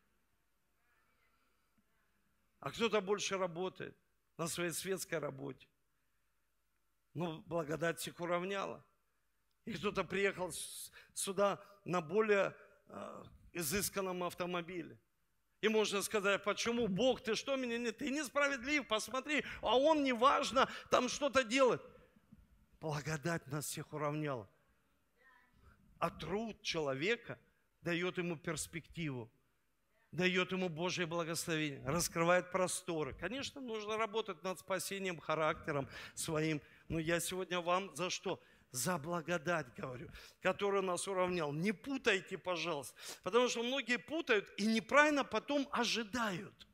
А кто-то больше работает на своей светской работе. Но благодать всех уравняла. И кто-то приехал сюда на более изысканном автомобиле. И можно сказать, почему Бог, ты что меня не... Ты несправедлив, посмотри, а Он неважно, там что-то делает. Благодать нас всех уравняла. А труд человека дает ему перспективу. Дает ему Божье благословение, раскрывает просторы. Конечно, нужно работать над спасением, характером своим. Но я сегодня вам за что? За благодать говорю, который нас уравнял. Не путайте, пожалуйста. Потому что многие путают и неправильно потом ожидают.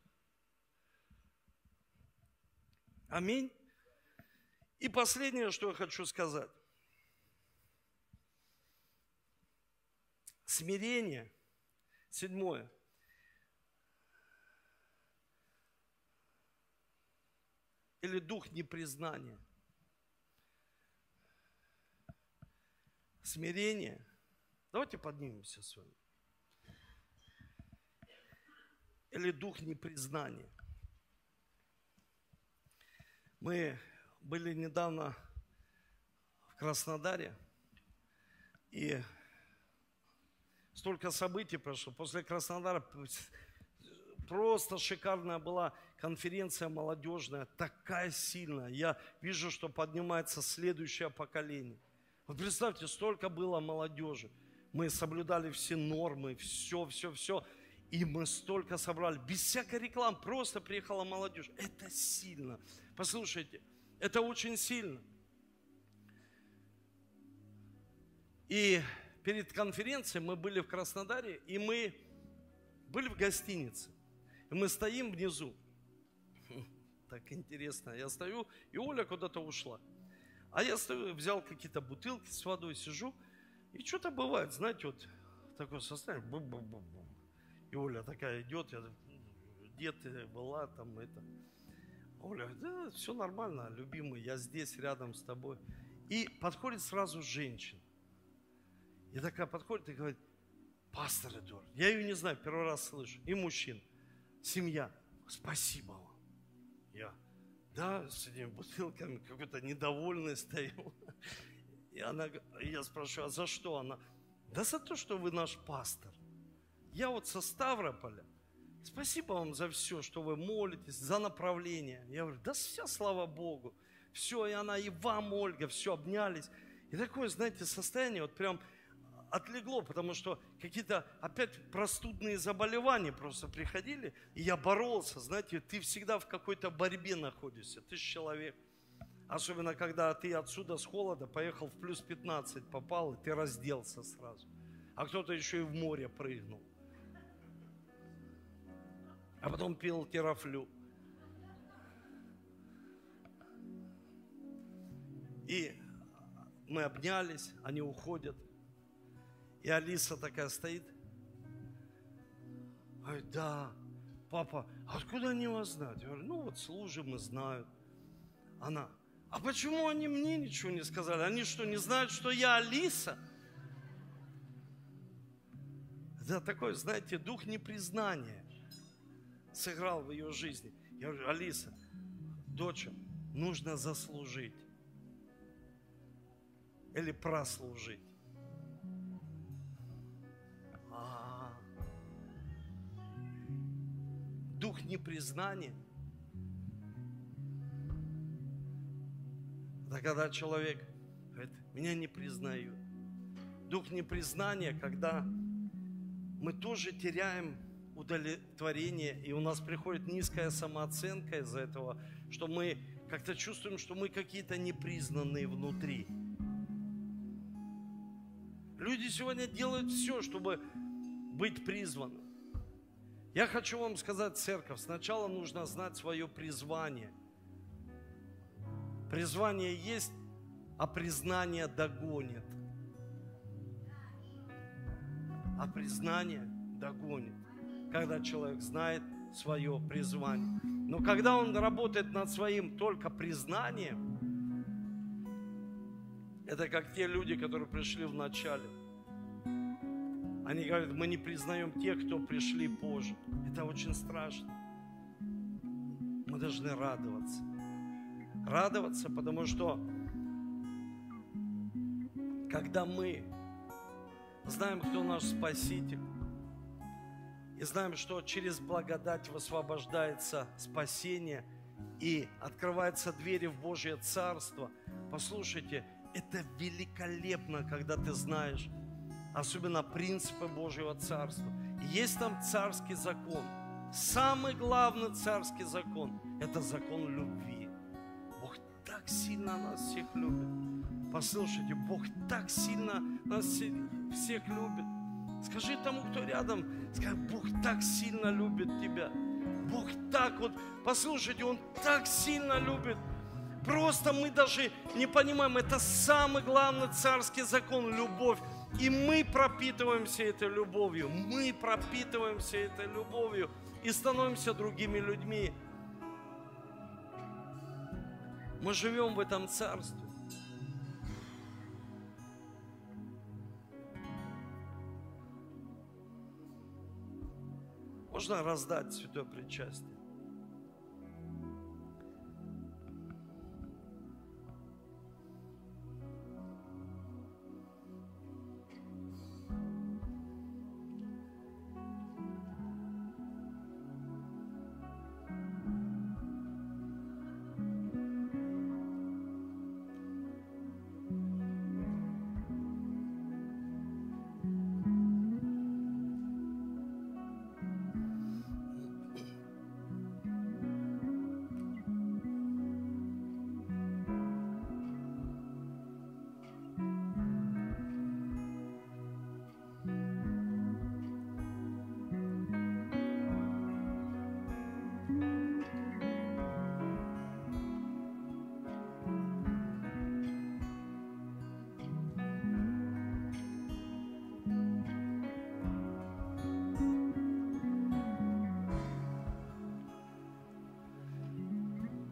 Аминь. И последнее, что я хочу сказать. Смирение. 7. Или дух непризнания. Смирение. Давайте поднимемся с вами. Или дух непризнания. Мы были недавно в Краснодаре, и столько событий прошло. После Краснодара просто шикарная была конференция молодежная, такая сильная. Я вижу, что поднимается следующее поколение. Вот представьте, столько было молодежи. Мы соблюдали все нормы, все. И мы столько собрали, без всякой рекламы, просто приехала молодежь. Это сильно. Послушайте, это очень сильно. И перед конференцией мы были в Краснодаре, и мы были в гостинице. И мы стоим внизу. Так интересно. Я стою, и Оля куда-то ушла. А я стою, взял какие-то бутылки с водой, сижу. И что-то бывает, знаете, вот такое состояние. Бум-бум-бум-бум. И Оля такая идет, я где ты была там это. Оля, да, все нормально, любимый, я здесь рядом с тобой. И подходит сразу женщина. И такая подходит и говорит: пастор Эдуард, я ее не знаю, первый раз слышу. И мужчина, семья, спасибо вам. Я, да, с этими бутылками какой-то недовольный стою. И я спрашиваю, а за что? Она, да за то, что вы наш пастор. Я вот со Ставрополя. Спасибо вам за все, что вы молитесь, за направление. Я говорю, да вся слава Богу. Все, и она, и вам, Ольга, все, обнялись. И такое, знаете, состояние вот прям отлегло, потому что какие-то опять простудные заболевания просто приходили, и я боролся, знаете, ты всегда в какой-то борьбе находишься, ты же человек. Особенно, когда ты отсюда с холода поехал в плюс 15, попал, и ты разделся сразу. А кто-то еще и в море прыгнул. А потом пил терафлю. И мы обнялись, они уходят. И Алиса такая стоит. Говорит, да, папа, откуда они вас знают? Я говорю, ну вот служим и знают. Она, а почему они мне ничего не сказали? Они что, не знают, что я Алиса? Это такой, знаете, дух непризнания сыграл в ее жизни. Я говорю, Алиса, доча, нужно заслужить или прослужить. Дух непризнания. Это когда человек говорит, меня не признают. Дух непризнания, когда мы тоже теряем удовлетворение, и у нас приходит низкая самооценка из-за этого, что мы как-то чувствуем, что мы какие-то непризнанные внутри. Люди сегодня делают все, чтобы быть призванным. Я хочу вам сказать, церковь, сначала нужно знать свое призвание. Призвание есть, а признание догонит. А признание догонит, когда человек знает свое призвание. Но когда он работает над своим только признанием, это как те люди, которые пришли в начале. Они говорят, мы не признаем тех, кто пришли позже. Это очень страшно. Мы должны радоваться. Радоваться, потому что когда мы знаем, кто наш Спаситель, и знаем, что через благодать высвобождается спасение и открываются двери в Божье Царство, послушайте, это великолепно, когда ты знаешь, особенно принципы Божьего Царства. Есть там царский закон. Самый главный царский закон – это закон любви. Бог так сильно нас всех любит. Послушайте, Бог так сильно нас всех любит. Скажи тому, кто рядом, скажи, Бог так сильно любит тебя. Бог так вот, послушайте, Он так сильно любит. Просто мы даже не понимаем, это самый главный царский закон – любовь. И мы пропитываемся этой любовью. Мы пропитываемся этой любовью и становимся другими людьми. Мы живем в этом царстве. Можно раздать святое причастие.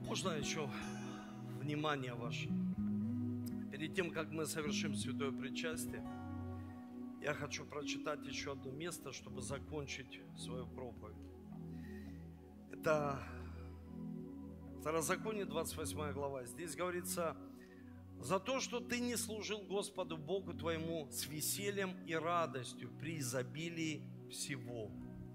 Можно еще внимание ваше? Перед тем, как мы совершим святое причастие, я хочу прочитать еще одно место, чтобы закончить свою проповедь. Это Второзаконие, 28 глава. Здесь говорится: за то, что ты не служил Господу Богу твоему с весельем и радостью при изобилии всего.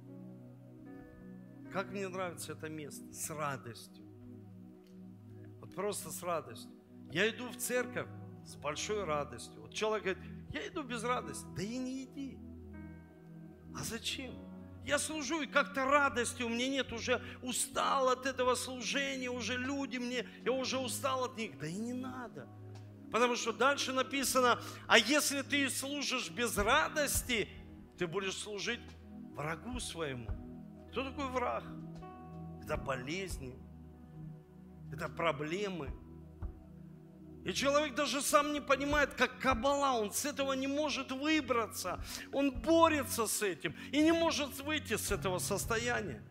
Как мне нравится это место, с радостью. Вот просто с радостью. Я иду в церковь с большой радостью. Вот человек говорит: я иду без радости. Да и не иди. А зачем? Я служу, и как-то радости у меня нет, уже устал от этого служения, уже люди мне, я уже устал от них. Да и не надо. Потому что дальше написано: а если ты служишь без радости, ты будешь служить врагу своему. Кто такой враг? Это болезни, это проблемы. И человек даже сам не понимает, как кабала, он с этого не может выбраться. Он борется с этим и не может выйти с этого состояния.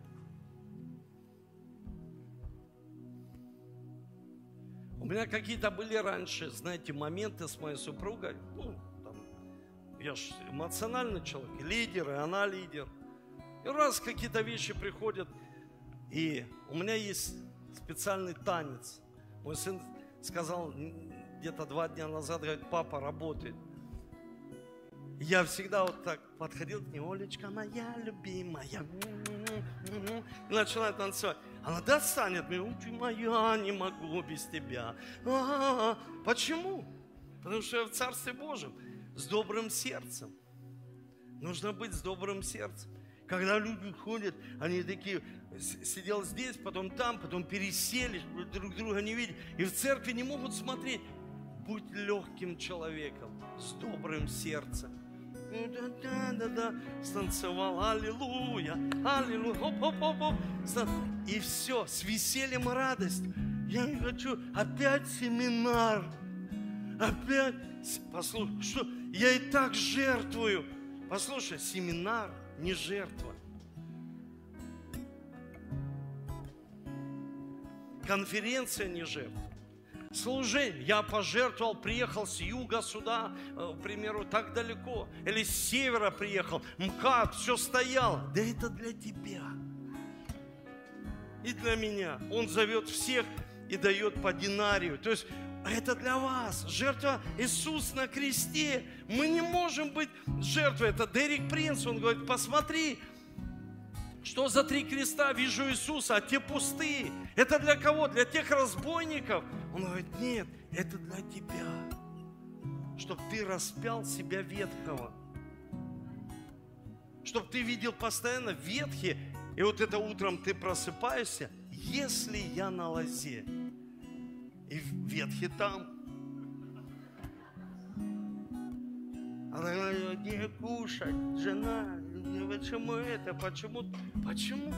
У меня какие-то были раньше, знаете, моменты с моей супругой. Я же эмоциональный человек, лидер, и она лидер. И раз какие-то вещи приходят, и у меня есть специальный танец. Мой сын сказал где-то 2 дня назад, говорит: папа работает. Я всегда вот так подходил к ней: Олечка моя любимая, и начинаю танцевать. Она достанет меня: ты моя, не могу без тебя. Почему? Потому что я в Царстве Божьем с добрым сердцем. Нужно быть с добрым сердцем. Когда люди ходят, они такие: сидел здесь, потом там, потом пересели, друг друга не видят. И в церкви не могут смотреть. Будь легким человеком, с добрым сердцем. Да-да-да-да, станцевал, аллилуйя, аллилуйя, хоп-хоп-хоп-хоп. И все, с весельем и радостью. Я не хочу опять семинар. Опять, послушай, что? Я и так жертвую. Послушай, семинар не жертва. Конференция не жертва. Служение. Я пожертвовал, приехал с юга сюда, к примеру, так далеко. Или с севера приехал. МКАД, все стояло. Да это для тебя. И для меня. Он зовет всех и дает по динарию. То есть это для вас. Жертва Иисус на кресте. Мы не можем быть жертвой. Это Дерек Принц. Он говорит: посмотри, что за 3 креста вижу Иисуса, а те пустые. Это для кого? Для тех разбойников? Он говорит: нет, это для тебя. Чтобы ты распял себя ветхого. Чтобы ты видел постоянно ветхие. И вот это утром ты просыпаешься: если я на лозе, и ветхий там. Она говорит: где кушать, жена? Почему это? Почему? Почему?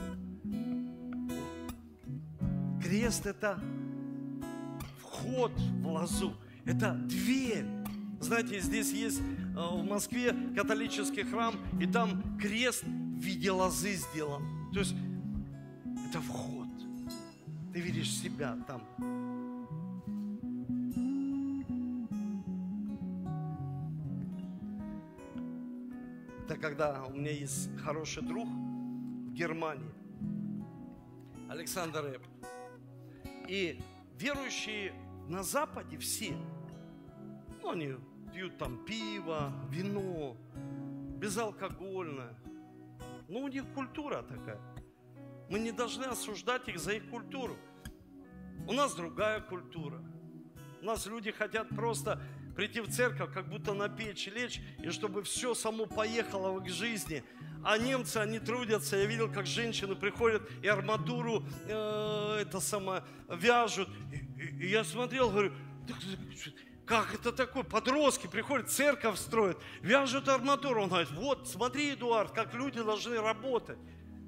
Крест – это вход в лозу. Это дверь. Знаете, здесь есть в Москве католический храм, и там крест в виде лозы сделан. То есть это вход. Ты видишь себя там. Это когда у меня есть хороший друг в Германии, Александр Эб. И верующие на Западе все, они пьют там пиво, вино, безалкогольное. У них культура такая. Мы не должны осуждать их за их культуру. У нас другая культура. У нас люди хотят просто прийти в церковь, как будто на печь лечь, и чтобы все само поехало в их жизни. А немцы, они трудятся. Я видел, как женщины приходят и арматуру вяжут. И я смотрел, говорю: как это такое? Подростки приходят, церковь строят, вяжут арматуру. Он говорит: вот, смотри, Эдуард, как люди должны работать.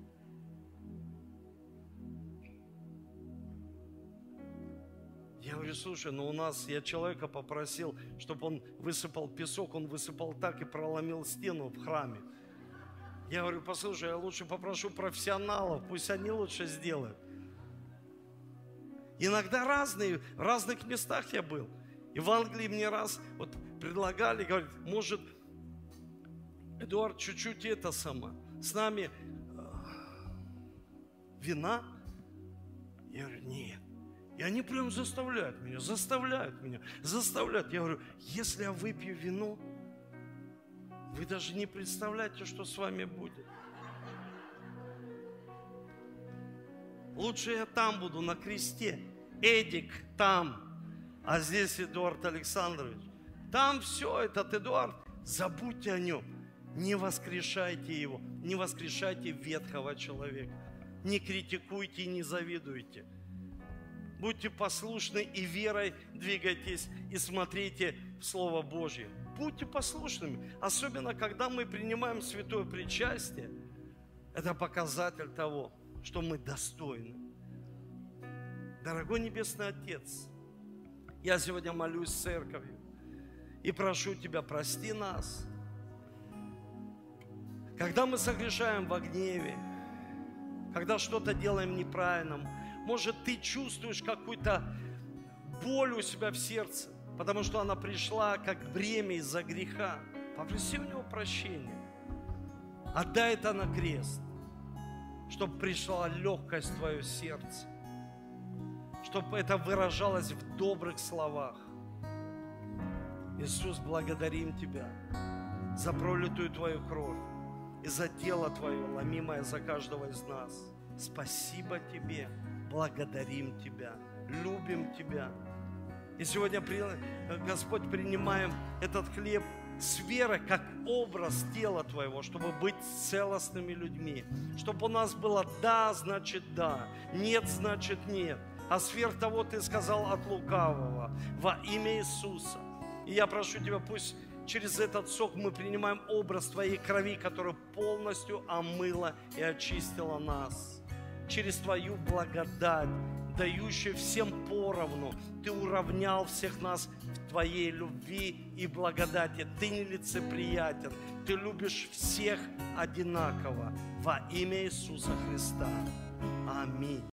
Я говорю: слушай, у нас, я человека попросил, чтобы он высыпал песок, он высыпал так и проломил стену в храме. Я говорю: послушай, я лучше попрошу профессионалов, пусть они лучше сделают. Иногда разные, в разных местах я был. И в Англии мне раз вот предлагали, говорят, может, Эдуард, чуть-чуть с нами вина? Я говорю, нет. И они прям заставляют меня. Я говорю, если я выпью вино, вы даже не представляете, что с вами будет. Лучше я там буду, на кресте. Эдик там, а здесь Эдуард Александрович. Там все, этот Эдуард, забудьте о нем. Не воскрешайте его, не воскрешайте ветхого человека. Не критикуйте и не завидуйте. Будьте послушны и верой двигайтесь и смотрите в Слово Божье. Будьте послушными, особенно когда мы принимаем святое причастие. Это показатель того, что мы достойны. Дорогой Небесный Отец, я сегодня молюсь с церковью и прошу Тебя, прости нас. Когда мы согрешаем во гневе, когда что-то делаем неправильно, может, ты чувствуешь какую-то боль у себя в сердце, потому что она пришла как бремя из-за греха. Попроси у Него прощения. Отдай это на крест, чтобы пришла легкость в твое сердце, чтобы это выражалось в добрых словах. Иисус, благодарим Тебя за пролитую Твою кровь и за тело Твое, ломимое за каждого из нас. Спасибо Тебе, благодарим Тебя, любим Тебя. И сегодня, Господь, принимаем этот хлеб с верой, как образ тела Твоего, чтобы быть целостными людьми. Чтобы у нас было да, значит да, нет, значит нет. А сверх того Ты сказал от лукавого во имя Иисуса. И я прошу Тебя, пусть через этот сок мы принимаем образ Твоей крови, которая полностью омыла и очистила нас. Через Твою благодать, дающую всем поровну, Ты уравнял всех нас в Твоей любви и благодати. Ты нелицеприятен, Ты любишь всех одинаково. Во имя Иисуса Христа. Аминь.